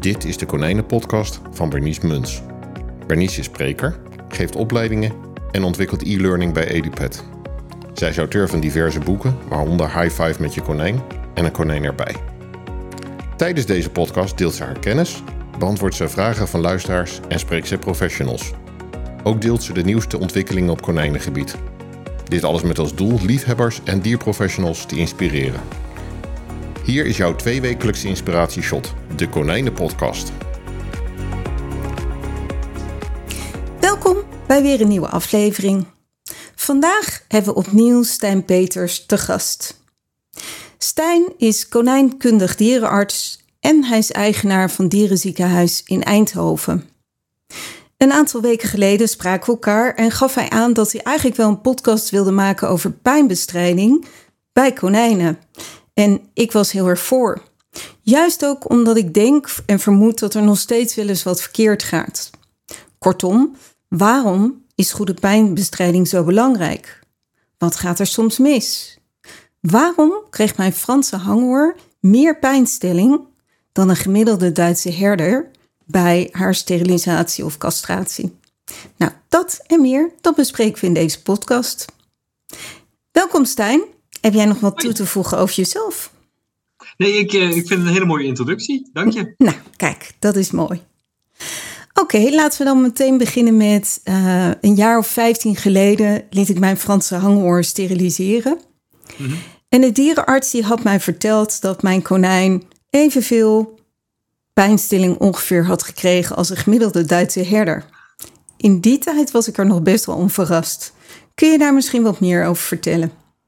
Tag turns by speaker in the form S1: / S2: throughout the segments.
S1: Dit is de Konijnenpodcast van Bernice Muns. Bernice is spreker, geeft opleidingen en ontwikkelt e-learning bij EduPet. Zij is auteur van diverse boeken, waaronder High Five met je konijn en een konijn erbij. Tijdens deze podcast deelt ze haar kennis, beantwoordt ze vragen van luisteraars en spreekt ze professionals. Ook deelt ze de nieuwste ontwikkelingen op konijnengebied. Dit alles met als doel liefhebbers en dierprofessionals te inspireren. Hier is jouw 2-wekelijkse inspiratieshot, de Konijnenpodcast.
S2: Welkom bij weer een nieuwe aflevering. Vandaag hebben we opnieuw Stijn Peters te gast. Stijn is konijnkundig dierenarts en hij is eigenaar van Dierenziekenhuis in Eindhoven. Een aantal weken geleden spraken we elkaar en gaf hij aan dat hij eigenlijk wel een podcast wilde maken over pijnbestrijding bij konijnen. En ik was heel erg voor. Juist ook omdat ik denk en vermoed dat er nog steeds wel eens wat verkeerd gaat. Kortom, waarom is goede pijnbestrijding zo belangrijk? Wat gaat er soms mis? Waarom kreeg mijn Franse hangoor meer pijnstilling dan een gemiddelde Duitse herder bij haar sterilisatie of castratie? Nou, dat en meer, dat bespreken we in deze podcast. Welkom Stijn. Heb jij nog wat toe te voegen over jezelf?
S3: Nee, ik vind het een hele mooie introductie. Dank je.
S2: Nou, kijk, dat is mooi. Oké, laten we dan meteen beginnen met een jaar of 15 geleden liet ik mijn Franse hangoor steriliseren. Mm-hmm. En de dierenarts die had mij verteld dat mijn konijn evenveel pijnstilling ongeveer had gekregen als een gemiddelde Duitse herder. In die tijd was ik er nog best wel onverrast. Kun je daar misschien wat meer over vertellen?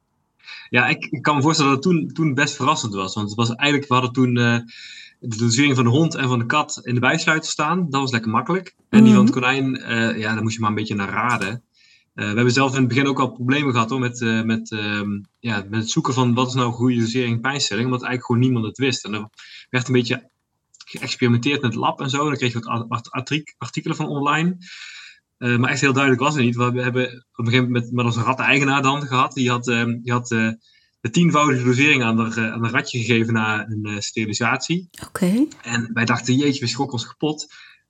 S3: Ja, ik kan me voorstellen dat het toen best verrassend was. Want het was eigenlijk, we hadden toen de dosering van de hond en van de kat in de bijsluiter staan. Dat was lekker makkelijk. En die van het konijn, daar moest je maar een beetje naar raden. We hebben zelf in het begin ook al problemen gehad hoor, met het zoeken van wat is nou een goede dosering pijnstilling. Omdat eigenlijk gewoon niemand het wist. En er werd een beetje geëxperimenteerd met lab en zo. Dan kreeg je wat artikelen van online. Maar echt heel duidelijk was het niet. We hebben op een gegeven moment met onze rat-eigenaar dan gehad. Die had de 10-voudige dosering aan een ratje gegeven na een sterilisatie.
S2: Oké.
S3: En wij dachten, jeetje, we schrokken ons kapot.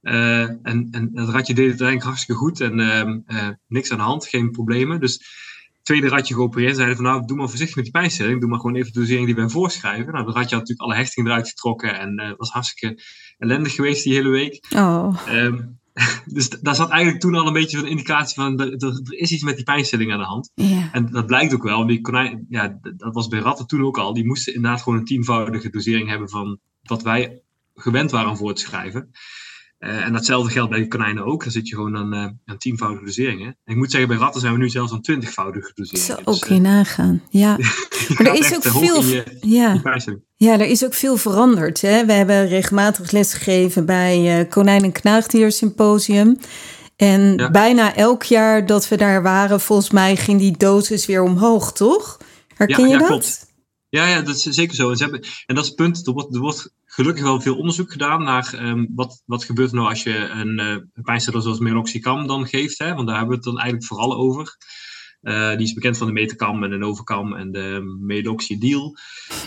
S3: En het ratje deed het eigenlijk hartstikke goed. En niks aan de hand, geen problemen. Dus het tweede ratje geopereerd. Zeiden van nou, doe maar voorzichtig met die pijnstilling. Doe maar gewoon even de dosering die we hem voorschrijven. Nou, dat ratje had natuurlijk alle hechtingen eruit getrokken. En was hartstikke ellendig geweest die hele week.
S2: Oh.
S3: Dus daar zat eigenlijk toen al een beetje van indicatie van er is iets met die pijnstilling aan de hand.
S2: Yeah.
S3: En dat blijkt ook wel. Die konijn, dat was bij ratten toen ook al. Die moesten inderdaad gewoon een 10-voudige dosering hebben van wat wij gewend waren om voor te schrijven. En datzelfde geldt bij de konijnen ook. Dan zit je gewoon aan 10-voudige doseringen. En ik moet zeggen, bij ratten zijn we nu zelfs aan 20-voudige doseringen.
S2: Zo ook je nagaan. Ja. Maar er is ook veel. Ja, er is ook veel veranderd. Hè? We hebben regelmatig lesgegeven bij Konijn- en Knaagdiersymposium. En bijna elk jaar dat we daar waren, volgens mij ging die dosis weer omhoog, toch? Herken je dat?
S3: Klopt. Ja, dat is zeker zo. En dat is het punt. Er wordt gelukkig wel veel onderzoek gedaan naar wat gebeurt er nou als je een pijnstiller zoals meloxicam dan geeft. Hè? Want daar hebben we het dan eigenlijk vooral over. Die is bekend van de Metacam en de Novacam en de Meloxidil.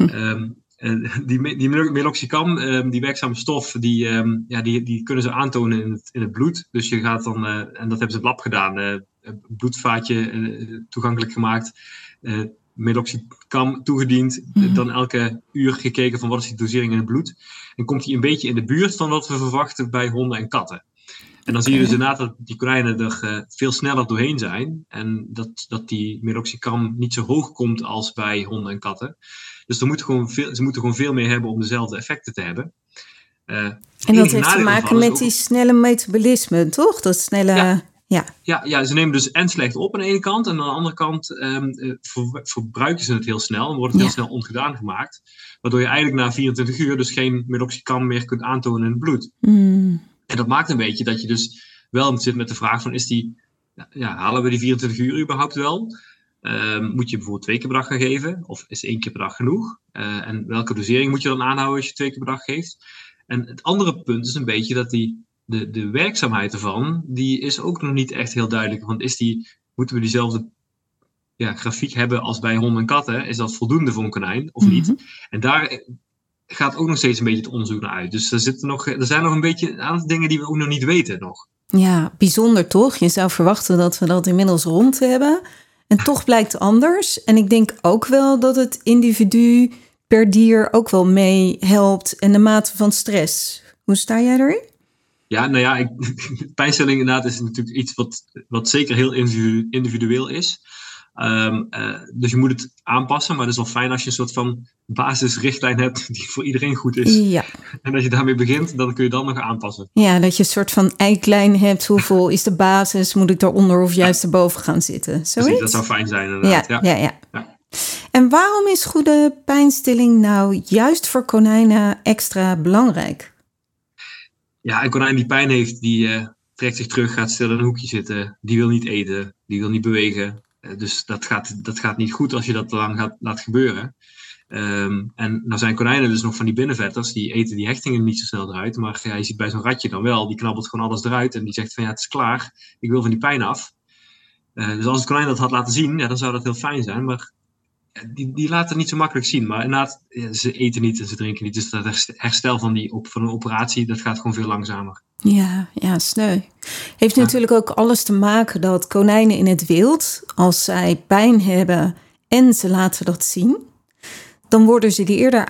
S3: Die meloxicam, die werkzame stof, die kunnen ze aantonen in het bloed. Dus je gaat dan, en dat hebben ze in het lab gedaan, een bloedvaatje toegankelijk gemaakt. Meloxicam toegediend, dan elke uur gekeken van wat is die dosering in het bloed. En komt die een beetje in de buurt van wat we verwachten bij honden en katten. En dan zie je dus inderdaad dat die konijnen er veel sneller doorheen zijn. En dat die meloxicam niet zo hoog komt als bij honden en katten. Dus ze moeten gewoon veel meer hebben om dezelfde effecten te hebben.
S2: En dat heeft te maken met die snelle metabolisme, toch? Dat snelle...
S3: Ja, ze nemen dus en slecht op aan de ene kant. En aan de andere kant verbruiken ze het heel snel. En wordt het heel snel ongedaan gemaakt. Waardoor je eigenlijk na 24 uur dus geen meloxicam meer kunt aantonen in het bloed. En dat maakt een beetje dat je dus wel zit met de vraag van halen we die 24 uur überhaupt wel? Moet je bijvoorbeeld 2 keer per dag gaan geven? Of is 1 keer per dag genoeg? En welke dosering moet je dan aanhouden als je 2 keer per dag geeft? En het andere punt is een beetje dat de werkzaamheid ervan, die is ook nog niet echt heel duidelijk. Want moeten we diezelfde grafiek hebben als bij honden en katten? Is dat voldoende voor een konijn of niet? En daar gaat ook nog steeds een beetje het onderzoek naar uit. Dus er zijn nog een beetje een aantal dingen die we ook nog niet weten nog.
S2: Ja, bijzonder toch? Je zou verwachten dat we dat inmiddels rond hebben. En toch blijkt het anders. En ik denk ook wel dat het individu per dier ook wel mee helpt. En de mate van stress. Hoe sta jij erin?
S3: Ja, nou ja, pijnstilling inderdaad is natuurlijk iets wat zeker heel individueel is. Dus je moet het aanpassen, maar het is wel fijn als je een soort van basisrichtlijn hebt die voor iedereen goed is.
S2: Ja.
S3: En als je daarmee begint, dan kun je dan nog aanpassen.
S2: Ja, dat je een soort van eiklijn hebt. Hoeveel is de basis? Moet ik daaronder of juist erboven gaan zitten?
S3: Precies, dat zou fijn zijn inderdaad.
S2: Ja. En waarom is goede pijnstilling nou juist voor konijnen extra belangrijk?
S3: Ja, een konijn die pijn heeft, die trekt zich terug, gaat stil in een hoekje zitten. Die wil niet eten, die wil niet bewegen. Dus dat gaat niet goed als je dat te lang laat gebeuren. En nou zijn konijnen dus nog van die binnenvetters, die eten die hechtingen niet zo snel eruit. Maar je ziet bij zo'n ratje dan wel, die knabbelt gewoon alles eruit. En die zegt van het is klaar, ik wil van die pijn af. Dus als het konijn dat had laten zien, dan zou dat heel fijn zijn. Maar die laten het niet zo makkelijk zien. Maar inderdaad, ze eten niet en ze drinken niet. Dus dat herstel van een operatie, dat gaat gewoon veel langzamer.
S2: Ja, sneu. Heeft natuurlijk ook alles te maken dat konijnen in het wild, als zij pijn hebben en ze laten dat zien, dan worden ze die eerder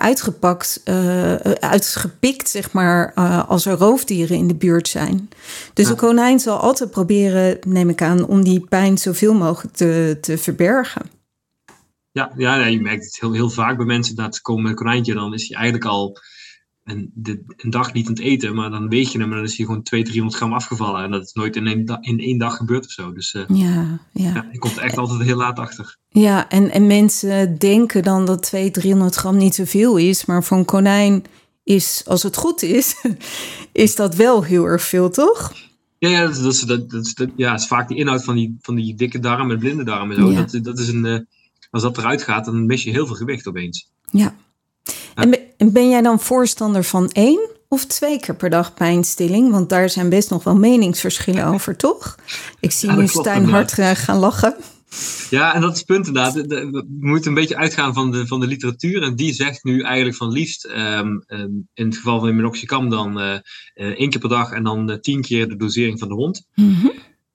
S2: uitgepikt, zeg maar, als er roofdieren in de buurt zijn. Dus een konijn zal altijd proberen, neem ik aan, om die pijn zoveel mogelijk te verbergen.
S3: Ja, je merkt het heel vaak bij mensen dat ze komen met een konijntje, dan is hij eigenlijk al een dag niet aan het eten, maar dan weeg je hem en dan is hij gewoon 200-300 gram afgevallen. En dat is nooit in één dag gebeurd of zo. Dus je komt er echt altijd heel laat achter.
S2: Ja, en mensen denken dan dat 200-300 gram niet zoveel is, maar voor een konijn is, als het goed is dat wel heel erg veel, toch?
S3: Ja, dat is vaak die inhoud van die dikke darm en blinde darm en zo. Ja. Dat is als dat eruit gaat, dan mis je heel veel gewicht opeens.
S2: Ja. En ben jij dan voorstander van 1 of 2 keer per dag pijnstilling? Want daar zijn best nog wel meningsverschillen over, toch? Ik zie nu Stijn hard gaan lachen.
S3: Ja, en dat is het punt inderdaad. We moeten een beetje uitgaan van de literatuur. En die zegt nu eigenlijk van liefst, in het geval van meloxicam dan 1 keer per dag en dan 10 keer de dosering van de hond.
S2: Mm-hmm.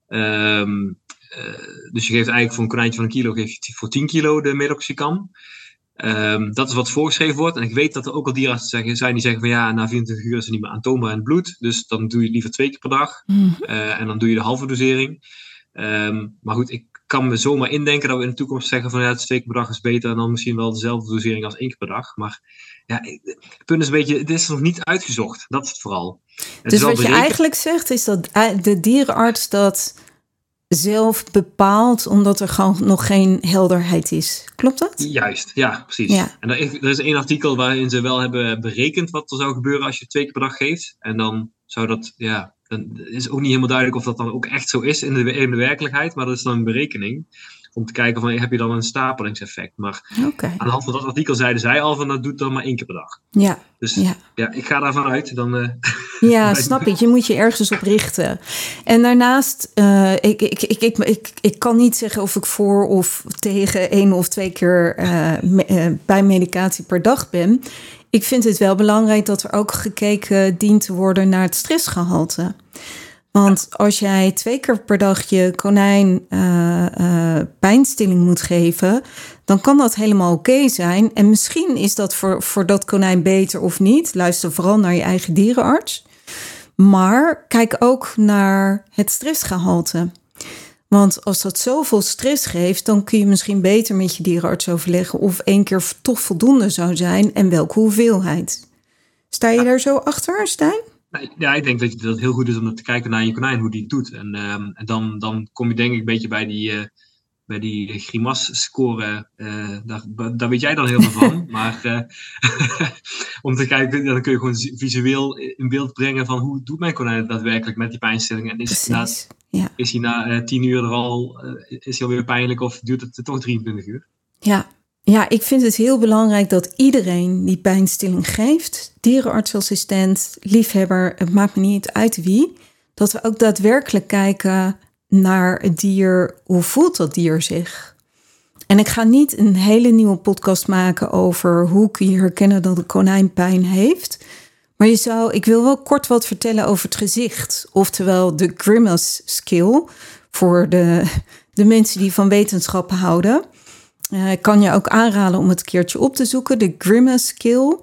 S3: Dus je geeft eigenlijk voor een konijntje van 1 kilo, geef je voor 10 kilo de meloxicam. Dat is wat voorgeschreven wordt. En ik weet dat er ook al dierenartsen zijn die zeggen van na 24 uur is het niet meer aantoonbaar in het bloed. Dus dan doe je het liever 2 keer per dag. Mm-hmm. En dan doe je de halve dosering. Maar goed, ik kan me zomaar indenken dat we in de toekomst zeggen van het is 2 keer per dag is beter. En dan misschien wel dezelfde dosering als 1 keer per dag. Maar het punt is een beetje, het is nog niet uitgezocht. Dat is het vooral.
S2: Dus wat je eigenlijk zegt is dat de dierenarts dat zelf bepaalt, omdat er gewoon nog geen helderheid is. Klopt dat?
S3: Juist, ja, precies. Ja. En er is 1 artikel waarin ze wel hebben berekend wat er zou gebeuren als je 2 keer per dag geeft. En dan zou dat, dan is ook niet helemaal duidelijk of dat dan ook echt zo is in de werkelijkheid. Maar dat is dan een berekening. Om te kijken van, heb je dan een stapelingseffect. Maar aan de hand van dat artikel zeiden zij al van, dat doet dan maar 1 keer per dag.
S2: Ja.
S3: Dus ik ga daarvan uit. Dan,
S2: ja, snap ik. Je moet je ergens op richten. En daarnaast, ik kan niet zeggen of ik voor of tegen 1 of 2 keer bij medicatie per dag ben. Ik vind het wel belangrijk dat er ook gekeken dient te worden naar het stressgehalte. Want als jij 2 keer per dag je konijn pijnstilling moet geven, dan kan dat helemaal oké zijn. En misschien is dat voor dat konijn beter of niet. Luister vooral naar je eigen dierenarts. Maar kijk ook naar het stressgehalte. Want als dat zoveel stress geeft, dan kun je misschien beter met je dierenarts overleggen of 1 keer toch voldoende zou zijn en welke hoeveelheid. Sta je daar zo achter, Stijn?
S3: Ja, ik denk dat het heel goed is om te kijken naar je konijn, hoe die het doet. En dan kom je denk ik een beetje bij die grimas-score. Daar weet jij dan heel veel van. Maar om te kijken, dan kun je gewoon visueel in beeld brengen van hoe doet mijn konijn het daadwerkelijk met die pijnstilling. En is hij na 10 uur er al, is hij alweer pijnlijk of duurt het toch 23 uur?
S2: Ja, ik vind het heel belangrijk dat iedereen die pijnstilling geeft, dierenartsassistent, liefhebber, het maakt me niet uit wie, dat we ook daadwerkelijk kijken naar het dier, hoe voelt dat dier zich? En ik ga niet een hele nieuwe podcast maken over hoe kun je herkennen dat een konijn pijn heeft. Maar ik wil wel kort wat vertellen over het gezicht. Oftewel de grimace skill voor de mensen die van wetenschappen houden. Ik kan je ook aanraden om het een keertje op te zoeken. De grimace skill.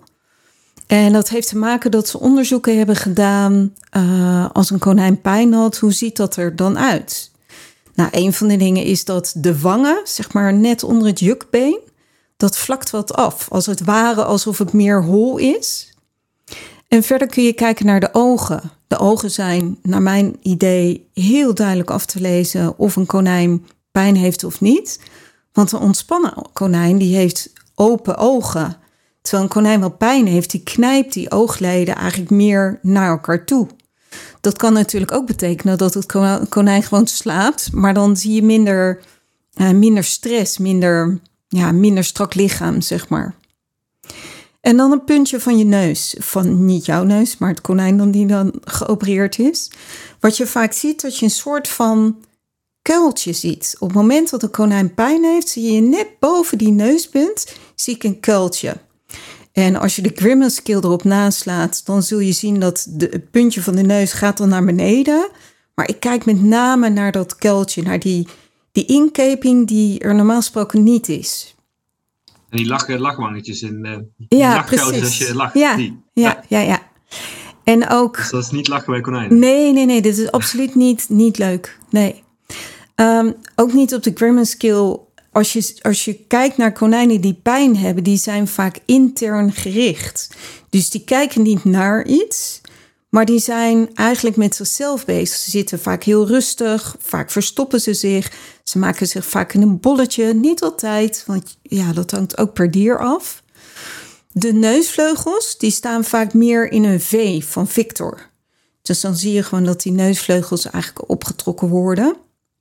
S2: En dat heeft te maken dat ze onderzoeken hebben gedaan. Als een konijn pijn had, hoe ziet dat er dan uit? Nou, een van de dingen is dat de wangen, zeg maar net onder het jukbeen, dat vlakt wat af. Als het ware alsof het meer hol is. En verder kun je kijken naar de ogen. De ogen zijn, naar mijn idee, heel duidelijk af te lezen of een konijn pijn heeft of niet. Want een ontspannen konijn, die heeft open ogen. Terwijl een konijn wel pijn heeft, die knijpt die oogleden eigenlijk meer naar elkaar toe. Dat kan natuurlijk ook betekenen dat het konijn gewoon slaapt. Maar dan zie je minder stress, minder strak lichaam, zeg maar. En dan een puntje van je neus. Van niet jouw neus, maar het konijn dan die dan geopereerd is. Wat je vaak ziet, dat je een soort van kuiltje ziet. Op het moment dat een konijn pijn heeft, zie je net boven die neuspunt, zie ik een kuiltje. En als je de grimace skill erop naslaat, dan zul je zien dat het puntje van de neus gaat dan naar beneden. Maar ik kijk met name naar dat kuiltje, naar die inkeping die er normaal gesproken niet is.
S3: En die lachwangetjes en
S2: lachkuiltjes
S3: als je lacht.
S2: Ja. En ook,
S3: dus dat is niet lachen bij konijnen?
S2: Nee, dit is absoluut niet leuk. Nee. Ook niet op de grimace skill. Als je kijkt naar konijnen die pijn hebben, die zijn vaak intern gericht. Dus die kijken niet naar iets, maar die zijn eigenlijk met zichzelf bezig. Ze zitten vaak heel rustig, vaak verstoppen ze zich. Ze maken zich vaak in een bolletje, niet altijd, want ja, dat hangt ook per dier af. De neusvleugels, die staan vaak meer in een V van Victor. Dus dan zie je gewoon dat die neusvleugels eigenlijk opgetrokken worden.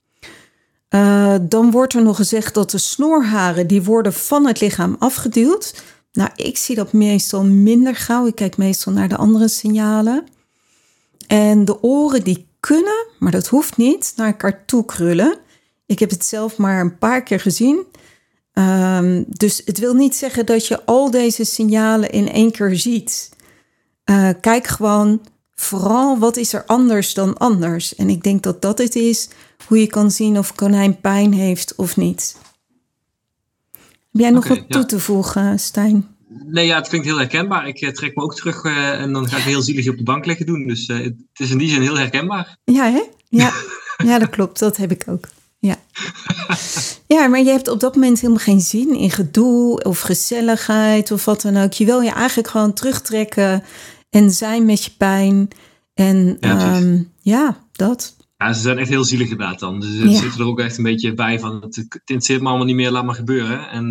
S2: Dan wordt er nog gezegd dat de snorharen, die worden van het lichaam afgeduwd. Nou, ik zie dat meestal minder gauw. Ik kijk meestal naar de andere signalen. En de oren die kunnen, maar dat hoeft niet, naar elkaar toe krullen. Ik heb het zelf maar een paar keer gezien. Dus het wil niet zeggen dat je al deze signalen in één keer ziet. Kijk gewoon vooral wat is er anders dan anders. En ik denk dat dat het is hoe je kan zien of een konijn pijn heeft of niet. Heb jij nog wat toe te voegen, Stijn?
S3: Nee, ja, het klinkt heel herkenbaar. Ik trek me ook terug en dan ga ik heel zielig op de bank liggen doen. Dus het is in die zin heel herkenbaar.
S2: Ja, hè? Ja, dat klopt. Dat heb ik ook. Ja. Ja, maar je hebt op dat moment helemaal geen zin in gedoe of gezelligheid of wat dan ook. Je wil je eigenlijk gewoon terugtrekken en zijn met je pijn. En dat.
S3: Ja, ze zijn echt heel zielig inderdaad dan. Dus ze zitten er ook echt een beetje bij van het interesseert me allemaal niet meer, laat maar gebeuren. En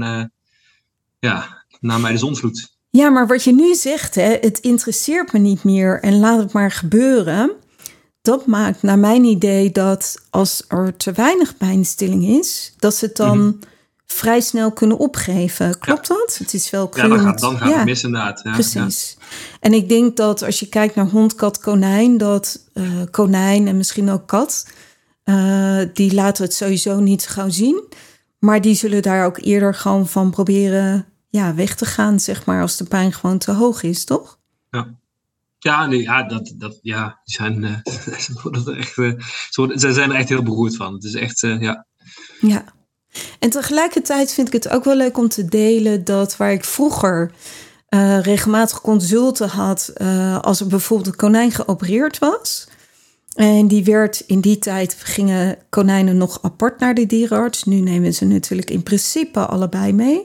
S3: na mij de zondvloed.
S2: Ja, maar wat je nu zegt, hè, het interesseert me niet meer en laat het maar gebeuren. Dat maakt naar mijn idee dat als er te weinig pijnstilling is, dat ze het dan vrij snel kunnen opgeven. Klopt dat? Het is wel cruel.
S3: Ja, dan gaat het mis inderdaad. Ja,
S2: precies. Ja. En ik denk dat als je kijkt naar hond, kat, konijn, dat konijn en misschien ook kat, die laten het sowieso niet zo gauw zien. Maar die zullen daar ook eerder gewoon van proberen weg te gaan, zeg maar, als de pijn gewoon te hoog is, toch?
S3: Ja. Ze zijn er echt heel beroerd van. Het is echt,
S2: Ja. En tegelijkertijd vind ik het ook wel leuk om te delen dat waar ik vroeger regelmatig consulten had, als er bijvoorbeeld een konijn geopereerd was. En in die tijd gingen konijnen nog apart naar de dierenarts. Nu nemen ze natuurlijk in principe allebei mee.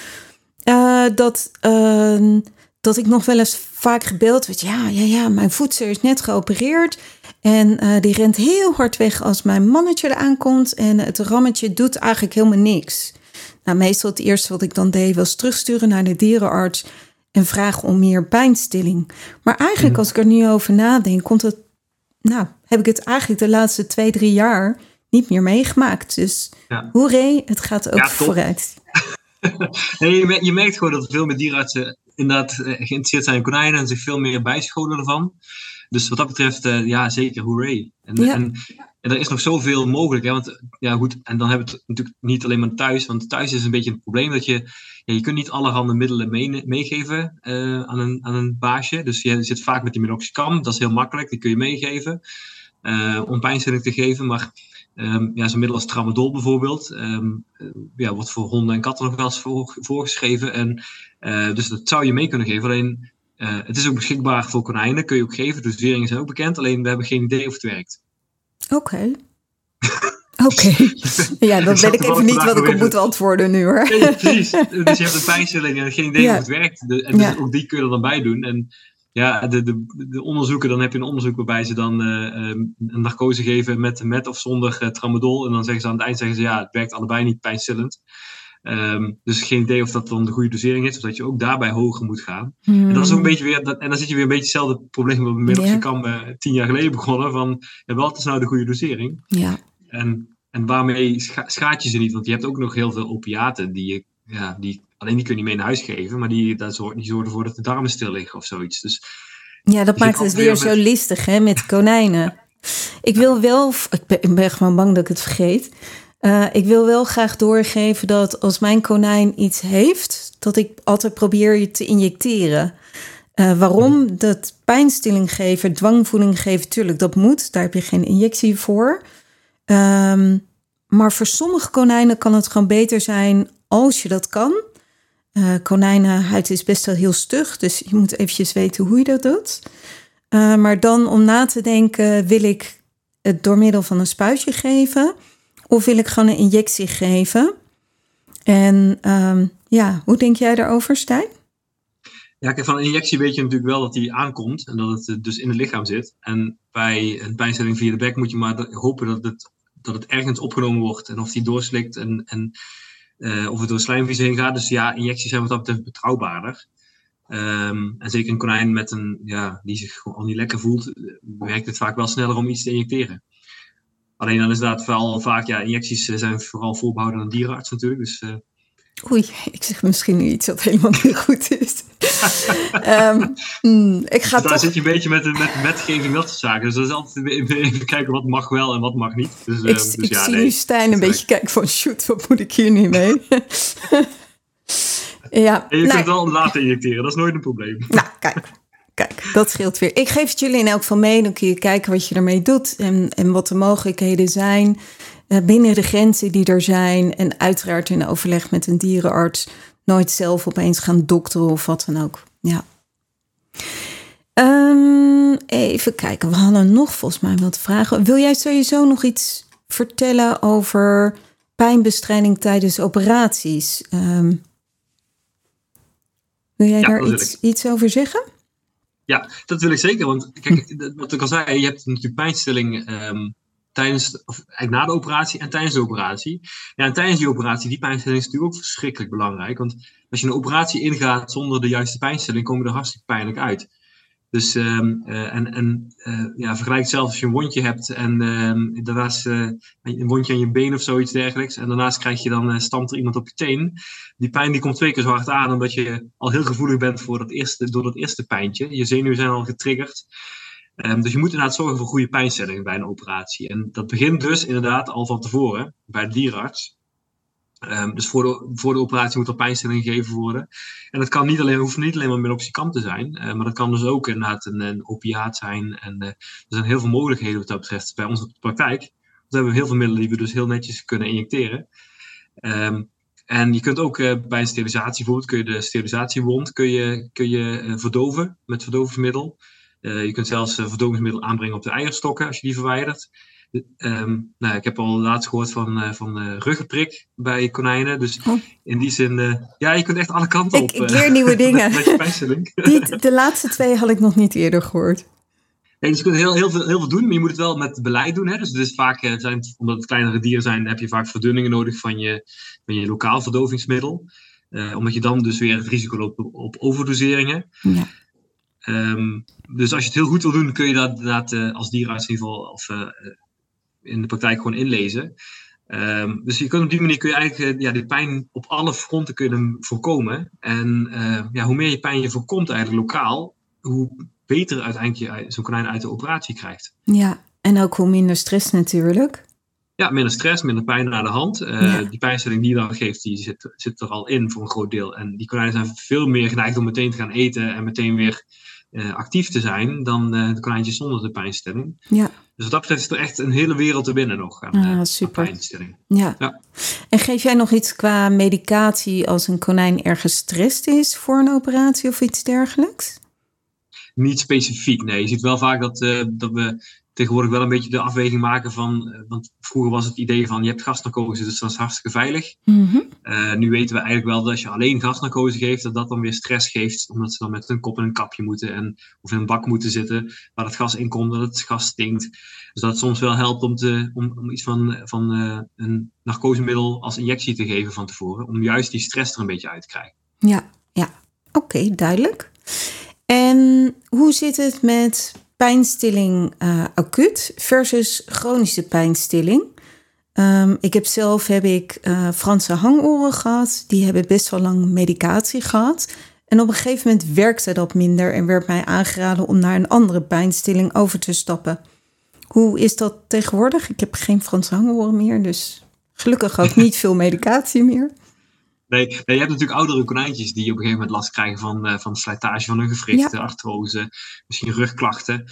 S2: Dat ik nog wel eens vaak gebeld werd. Ja, mijn voedster is net geopereerd. En die rent heel hard weg als mijn mannetje eraan komt. En het rammetje doet eigenlijk helemaal niks. Nou, meestal het eerste wat ik dan deed was terugsturen naar de dierenarts en vragen om meer pijnstilling. Maar eigenlijk als ik er nu over nadenk, heb ik het eigenlijk de laatste 2-3 jaar niet meer meegemaakt. Dus hoeré, het gaat ook vooruit.
S3: Nee, je merkt gewoon dat veel meer dierenartsen inderdaad geïnteresseerd zijn in konijnen en zich veel meer bijscholen ervan. Dus wat dat betreft, zeker, hooray.
S2: Ja.
S3: En er is nog zoveel mogelijk. Hè? Want ja, goed, en dan hebben we het natuurlijk niet alleen maar thuis. Want thuis is een beetje het probleem dat je kunt niet allerhande middelen meegeven aan een baasje. Dus je zit vaak met die meloxicam. Dat is heel makkelijk, die kun je meegeven. Om pijnstilling te geven. Maar zo'n middel als tramadol bijvoorbeeld. Wordt voor honden en katten nog wel eens voorgeschreven. En, dus dat zou je mee kunnen geven. Alleen, het is ook beschikbaar voor konijnen. Kun je ook geven. De doseringen zijn ook bekend. Alleen we hebben geen idee of het werkt.
S2: Oké. Ja, dan weet ik even niet wat ik op moet antwoorden nu hoor.
S3: Nee, precies. Dus je hebt een pijnstilling en geen idee of het werkt. En dus ook die kun je er dan bij doen. En ja, de onderzoeken, dan heb je een onderzoek waarbij ze dan een narcose geven met of zonder tramadol. En dan zeggen ze aan het eind, het werkt allebei niet pijnstillend. Dus geen idee of dat dan de goede dosering is, of dat je ook daarbij hoger moet gaan. En dat is ook een beetje weer, en dan zit je weer een beetje hetzelfde probleem wat we met meloxicam 10 jaar geleden begonnen, van wat is nou de goede dosering?
S2: Ja.
S3: En waarmee schaadt je ze niet? Want je hebt ook nog heel veel opiaten die kun je niet mee naar huis geven, maar die zorgen ervoor dat de darmen stil liggen of zoiets. Dus,
S2: dat maakt het weer zo listig, hè, met konijnen. Ik ben gewoon bang dat ik het vergeet. Ik wil wel graag doorgeven dat als mijn konijn iets heeft, dat ik altijd probeer je te injecteren. Waarom? Dat pijnstilling geven, dwangvoeding geven, tuurlijk, dat moet. Daar heb je geen injectie voor. Maar voor sommige konijnen kan het gewoon beter zijn als je dat kan. Konijnenhuid is best wel heel stug, dus je moet eventjes weten hoe je dat doet. Maar dan om na te denken, wil ik het door middel van een spuitje geven of wil ik gewoon een injectie geven? En hoe denk jij daarover, Stijn?
S3: Ja, kijk, van een injectie weet je natuurlijk wel dat die aankomt en dat het dus in het lichaam zit. En bij een pijnstilling via de bek moet je maar hopen dat het ergens opgenomen wordt en of die doorslikt en of het door slijmvlies heen gaat. Dus ja, injecties zijn wat dat betreft betrouwbaarder. En zeker een konijn die zich gewoon al niet lekker voelt, werkt het vaak wel sneller om iets te injecteren. Alleen dan is dat vooral vaak, injecties zijn vooral voorbehouden aan een dierenarts natuurlijk. Dus,
S2: Oei, ik zeg misschien nu iets wat helemaal niet goed is.
S3: Daar zit je een beetje met wetgeving, dat soort zaken. Dus dat is altijd even kijken wat mag wel en wat mag niet. Dus,
S2: ik zie nu Stijn een beetje kijken van shoot, wat moet ik hier nu mee?
S3: En je kunt wel laten injecteren, dat is nooit een probleem.
S2: Nou, kijk, dat scheelt weer. Ik geef het jullie in elk geval mee, dan kun je kijken wat je ermee doet en wat de mogelijkheden zijn. Binnen de grenzen die er zijn. En uiteraard in overleg met een dierenarts. Nooit zelf opeens gaan dokteren of wat dan ook. Ja. Even kijken. We hadden nog volgens mij wat vragen. Wil jij sowieso nog iets vertellen over pijnbestrijding tijdens operaties? Wil jij daar iets over zeggen?
S3: Ja, dat wil ik zeker. Want kijk, wat ik al zei, je hebt natuurlijk pijnstilling na de operatie en tijdens de operatie. Ja, en tijdens die operatie, die pijnstilling is natuurlijk ook verschrikkelijk belangrijk. Want als je een operatie ingaat zonder de juiste pijnstilling, kom je er hartstikke pijnlijk uit. Dus vergelijk het zelf als je een wondje hebt en daarnaast een wondje aan je been of zoiets dergelijks. En daarnaast stampt er iemand op je teen. Die pijn die komt 2 keer zo hard aan, omdat je al heel gevoelig bent door dat eerste pijntje. Je zenuwen zijn al getriggerd. Dus je moet inderdaad zorgen voor goede pijnstilling bij een operatie. En dat begint dus inderdaad al van tevoren bij de dierenarts. Dus voor de operatie moet er pijnstilling gegeven worden. En dat hoeft niet alleen maar meloxicam te zijn. Maar dat kan dus ook inderdaad een opiaat zijn. En er zijn heel veel mogelijkheden wat dat betreft bij ons op de praktijk. Dus we hebben heel veel middelen die we dus heel netjes kunnen injecteren. En je kunt ook bij een sterilisatie bijvoorbeeld, kun je de sterilisatiewond verdoven met verdovingsmiddel. Je kunt zelfs verdovingsmiddel aanbrengen op de eierstokken als je die verwijdert. Ik heb al laatst gehoord van ruggenprik bij konijnen. Dus in die zin, je kunt echt alle kanten op.
S2: Ik leer nieuwe dingen.
S3: Met je pijnstilling.
S2: De laatste 2 had ik nog niet eerder gehoord.
S3: Nee, dus je kunt heel veel doen, maar je moet het wel met beleid doen. Hè? Dus het is vaak, omdat het kleinere dieren zijn, heb je vaak verdunningen nodig van je lokaal verdovingsmiddel. Omdat je dan dus weer het risico loopt op overdoseringen. Ja. Dus als je het heel goed wil doen, kun je dat inderdaad als dierenarts in ieder geval of in de praktijk gewoon inlezen. Dus op die manier kun je eigenlijk de pijn op alle fronten voorkomen. En hoe meer je pijn je voorkomt eigenlijk lokaal, hoe beter uiteindelijk zo'n konijn uit de operatie krijgt.
S2: Ja, en ook hoe minder stress natuurlijk.
S3: Ja, minder stress, minder pijn aan de hand. Die pijnstilling die je dan geeft, die zit er al in voor een groot deel. En die konijnen zijn veel meer geneigd om meteen te gaan eten en meteen weer actief te zijn dan de konijntjes zonder de pijnstilling.
S2: Ja.
S3: Dus wat dat betreft is er echt een hele wereld te winnen nog aan pijnstilling.
S2: Ja. En geef jij nog iets qua medicatie als een konijn erg gestrest is voor een operatie of iets dergelijks?
S3: Niet specifiek, nee. Je ziet wel vaak dat we tegenwoordig wel een beetje de afweging maken van... want vroeger was het idee van je hebt gasnarcose, dus dat is hartstikke veilig.
S2: Mm-hmm.
S3: Nu weten we eigenlijk wel dat als je alleen gasnarcose geeft, dat dan weer stress geeft. Omdat ze dan met hun kop in een kapje moeten of in een bak moeten zitten waar het gas in komt, dat het gas stinkt. Dus dat het soms wel helpt om iets van een narcosemiddel als injectie te geven van tevoren. Om juist die stress er een beetje uit te krijgen.
S2: Ja. Oké, duidelijk. En hoe zit het met pijnstilling acuut versus chronische pijnstilling? Heb ik Franse hangoren gehad. Die hebben best wel lang medicatie gehad. En op een gegeven moment werkte dat minder en werd mij aangeraden om naar een andere pijnstilling over te stappen. Hoe is dat tegenwoordig? Ik heb geen Franse hangoren meer, dus gelukkig ook niet veel medicatie meer. Nee,
S3: je hebt natuurlijk oudere konijntjes die op een gegeven moment last krijgen van slijtage van hun gewrichten, artrose, misschien rugklachten.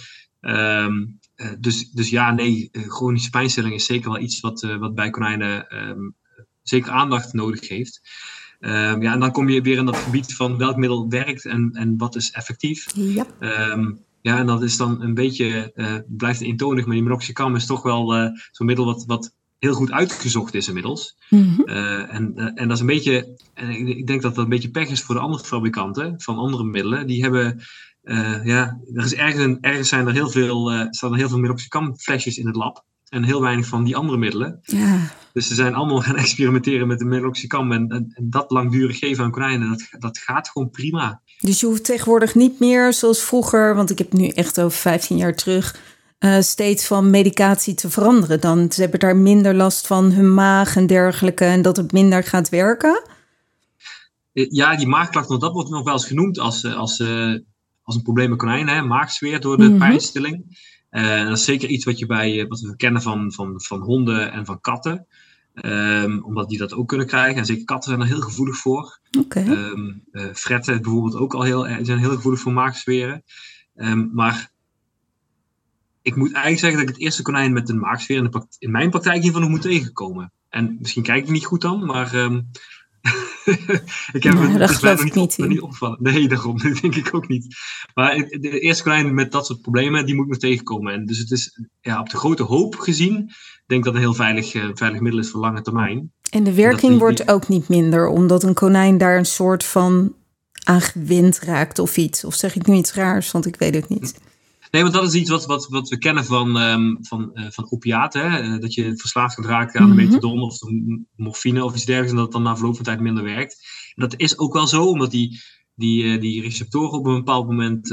S3: Chronische pijnstilling is zeker wel iets wat bij konijnen zeker aandacht nodig heeft. En dan kom je weer in dat gebied van welk middel werkt en wat is effectief.
S2: Ja.
S3: En dat is dan een beetje, blijft eentonig, maar die meloxicam is toch wel zo'n middel wat heel goed uitgezocht is inmiddels.
S2: Mm-hmm.
S3: En dat is een beetje, en ik denk dat dat een beetje pech is voor de andere fabrikanten van andere middelen. Die hebben, er is ergens staan er heel veel meloxicam flesjes in het lab. En heel weinig van die andere middelen.
S2: Ja.
S3: Dus ze zijn allemaal gaan experimenteren met de meloxicam. En dat langdurig geven aan konijnen, dat gaat gewoon prima.
S2: Dus je hoeft tegenwoordig niet meer zoals vroeger, want ik heb nu echt over 15 jaar terug, steeds van medicatie te veranderen. Dan ze hebben daar minder last van hun maag en dergelijke en dat het minder gaat werken.
S3: Ja, die maagklachten, dat wordt nog wel eens genoemd als een probleem bij konijnen. Maagzweer door de pijnstilling. Dat is zeker iets wat we kennen van honden en van katten. Omdat die dat ook kunnen krijgen. En zeker katten zijn er heel gevoelig voor.
S2: Okay.
S3: Fretten bijvoorbeeld ook zijn heel gevoelig voor maagzweren. Maar ik moet eigenlijk zeggen dat ik het eerste konijn met een maagzweer in mijn praktijk hiervan nog moet tegenkomen. En misschien kijk ik niet goed dan, maar ik heb het niet opgevallen. Nee, daarom denk ik ook niet. Maar de eerste konijn met dat soort problemen, die moet nog tegenkomen. En dus het is op de grote hoop gezien, ik denk dat het een heel veilig middel is voor lange termijn.
S2: En de werking wordt ook niet minder, omdat een konijn daar een soort van aan gewend raakt of iets. Of zeg ik nu iets raars, want ik weet het niet.
S3: Nee, want dat is iets wat we kennen van opiaten. Hè? Dat je verslaafd kunt raken aan de methadon of de morfine of iets dergelijks. En dat het dan na verloop van tijd minder werkt. En dat is ook wel zo, omdat die receptoren op een bepaald moment,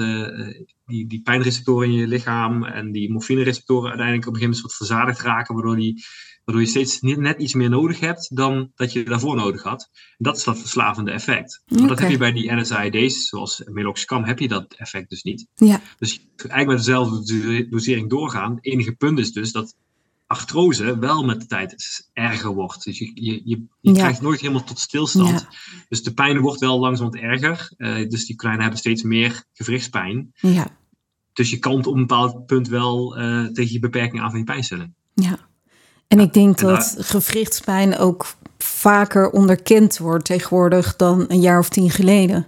S3: die pijnreceptoren in je lichaam en die morfinereceptoren uiteindelijk op een gegeven moment verzadigd raken, waardoor je steeds net iets meer nodig hebt dan dat je daarvoor nodig had. En dat is dat verslavende effect. Maar dat heb je bij die NSAID's, zoals meloxicam, heb je dat effect dus niet.
S2: Ja.
S3: Dus je kunt eigenlijk met dezelfde dosering doorgaan. Het enige punt is dus dat artrose wel met de tijd erger wordt. Dus je krijgt nooit helemaal tot stilstand. Ja. Dus de pijn wordt wel langzamerhand erger. Dus die konijnen hebben steeds meer gewrichtspijn.
S2: Ja.
S3: Dus je kan op een bepaald punt wel tegen je beperking aan van je pijnstilling.
S2: Ja. En ik denk dat gewrichtspijn ook vaker onderkend wordt tegenwoordig dan een jaar of 10 geleden.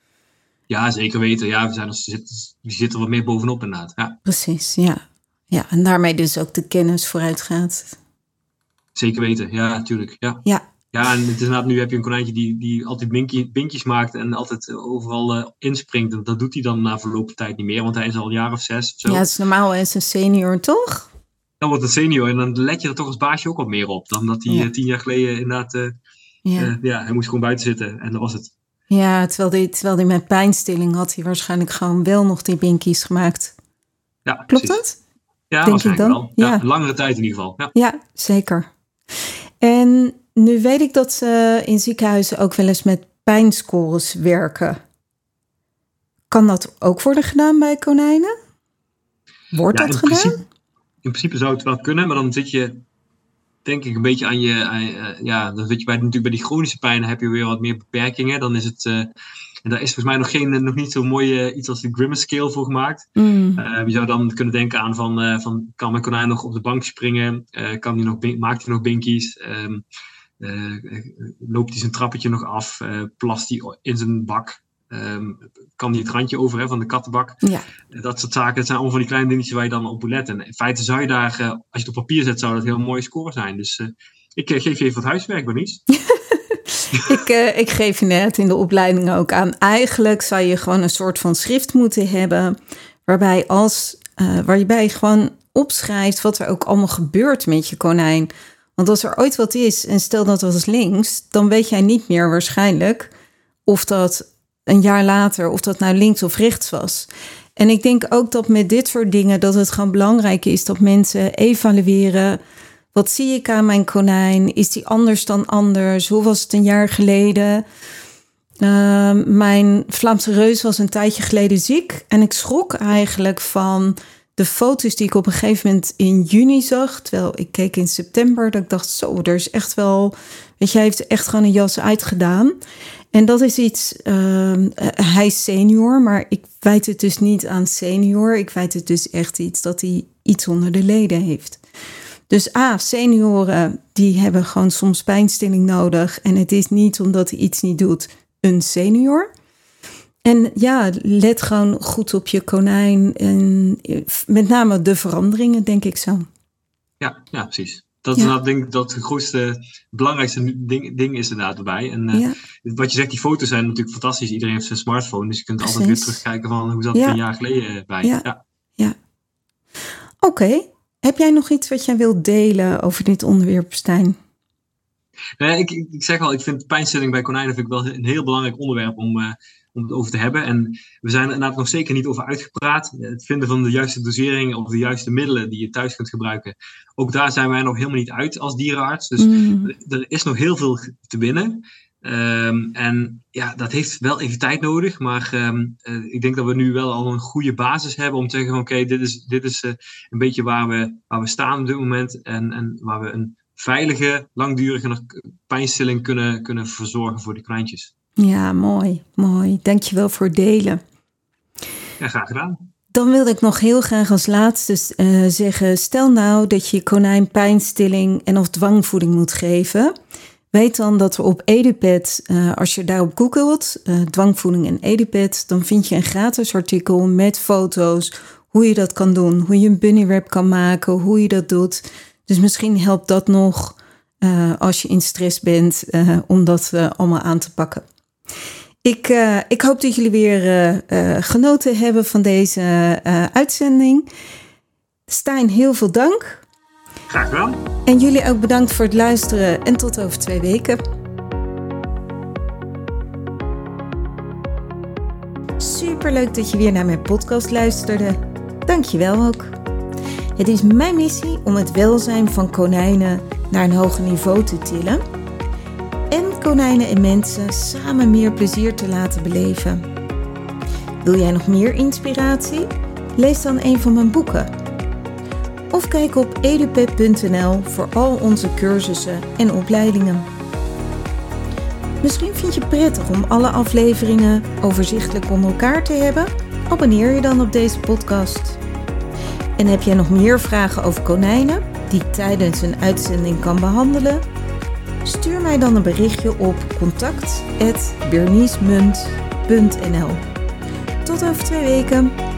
S3: Ja, zeker weten. Ja, die zitten er wat meer bovenop inderdaad. Ja.
S2: Precies, ja. Ja, en daarmee dus ook de kennis vooruit gaat.
S3: Zeker weten, ja, natuurlijk. Ja, en het is inderdaad, nu heb je een konijntje die altijd binkjes maakt en altijd overal inspringt. En dat doet hij dan na verloop van tijd niet meer, want hij is al een jaar of 6 of zo.
S2: Ja, het is normaal, hij is een senior, toch?
S3: Dan wordt het senior en dan let je er toch als baasje ook wat meer op. Dan dat hij 10 jaar geleden inderdaad, hij moest gewoon buiten zitten en dat was het.
S2: Ja, terwijl hij met pijnstilling had hij waarschijnlijk gewoon wel nog die binkies gemaakt.
S3: Ja,
S2: klopt
S3: precies.
S2: Dat?
S3: Ja,
S2: denk ik dan
S3: wel. Ja, langere tijd in ieder geval.
S2: Ja, zeker. En nu weet ik dat ze in ziekenhuizen ook wel eens met pijnscores werken. kan dat ook worden gedaan bij konijnen? Wordt dat gedaan?
S3: In principe zou het wel kunnen, maar dan zit je denk ik een beetje aan dan zit je natuurlijk bij die chronische pijn heb je weer wat meer beperkingen. Dan is het, en daar is volgens mij nog niet zo mooi iets als de Grimace Scale voor gemaakt. Je zou dan kunnen denken aan van kan mijn konijn nog op de bank springen? Maakt hij nog binkies? Loopt hij zijn trappetje nog af? Plast hij in zijn bak? Kan hij het randje over van de kattenbak?
S2: Ja.
S3: Dat soort zaken. Dat zijn allemaal van die kleine dingetjes waar je dan op moet letten. En in feite zou je daar, als je het op papier zet, zou dat een heel mooie score zijn. Dus ik geef je even wat huiswerk, Bernice.
S2: Ik geef je net in de opleiding ook aan. Eigenlijk zou je gewoon een soort van schrift moeten hebben, waarbij je gewoon opschrijft wat er ook allemaal gebeurt met je konijn. Want als er ooit wat is, en stel dat is links, dan weet jij niet meer waarschijnlijk of dat een jaar later, of dat nou links of rechts was. En ik denk ook dat met dit soort dingen, dat het gewoon belangrijk is dat mensen evalueren. Wat zie ik aan mijn konijn? Is die anders dan anders? Hoe was het een jaar geleden? Mijn Vlaamse reus was een tijdje geleden ziek. En ik schrok eigenlijk van de foto's die ik op een gegeven moment in juni zag. Terwijl ik keek in september. Dat ik dacht, zo, er is echt wel... Weet je, hij heeft echt gewoon een jas uitgedaan. En dat is iets... hij is senior, maar ik wijt het dus niet aan senior. Ik wijt het dus echt iets dat hij iets onder de leden heeft. Dus senioren die hebben gewoon soms pijnstilling nodig. En het is niet omdat hij iets niet doet een senior. En ja, let gewoon goed op je konijn. En met name de veranderingen, denk ik zo.
S3: Ja, precies. Dat denk ik dat het grootste, belangrijkste ding is inderdaad erbij. En wat je zegt, die foto's zijn natuurlijk fantastisch. Iedereen heeft zijn smartphone, dus je kunt altijd weer terugkijken van hoe zat het een jaar geleden bij.
S2: Ja. Oké. Heb jij nog iets wat jij wilt delen over dit onderwerp, Stijn?
S3: Ik zeg al, ik vind pijnstilling bij konijnen vind ik wel een heel belangrijk onderwerp om het over te hebben. En we zijn er inderdaad nog zeker niet over uitgepraat. Het vinden van de juiste dosering of de juiste middelen die je thuis kunt gebruiken. Ook daar zijn wij nog helemaal niet uit als dierenarts. Dus er is nog heel veel te winnen. En ja, dat heeft wel even tijd nodig. Maar ik denk dat we nu wel al een goede basis hebben om te zeggen: oké, dit is een beetje waar we staan op dit moment. En waar we een veilige, langdurige pijnstilling kunnen verzorgen voor de konijntjes.
S2: Ja, mooi. Dankjewel voor het delen.
S3: Ja, graag gedaan.
S2: Dan wilde ik nog heel graag als laatste zeggen... stel nou dat je konijn pijnstilling en of dwangvoeding moet geven. Weet dan dat er op EduPet, als je daarop googelt... dwangvoeding en EduPet, dan vind je een gratis artikel met foto's... hoe je dat kan doen, hoe je een bunny wrap kan maken, hoe je dat doet. Dus misschien helpt dat nog als je in stress bent om dat allemaal aan te pakken. Ik hoop dat jullie weer genoten hebben van deze uitzending. Stijn, heel veel dank.
S3: Graag gedaan.
S2: En jullie ook bedankt voor het luisteren en tot over 2 weken. Superleuk dat je weer naar mijn podcast luisterde. Dank je wel ook. Het is mijn missie om het welzijn van konijnen naar een hoger niveau te tillen. En konijnen en mensen samen meer plezier te laten beleven. Wil jij nog meer inspiratie? Lees dan een van mijn boeken. Of kijk op edupet.nl voor al onze cursussen en opleidingen. Misschien vind je het prettig om alle afleveringen overzichtelijk onder elkaar te hebben? Abonneer je dan op deze podcast. En heb jij nog meer vragen over konijnen die ik tijdens een uitzending kan behandelen? Stuur mij dan een berichtje op contact@bernicemunt.nl. Tot over 2 weken.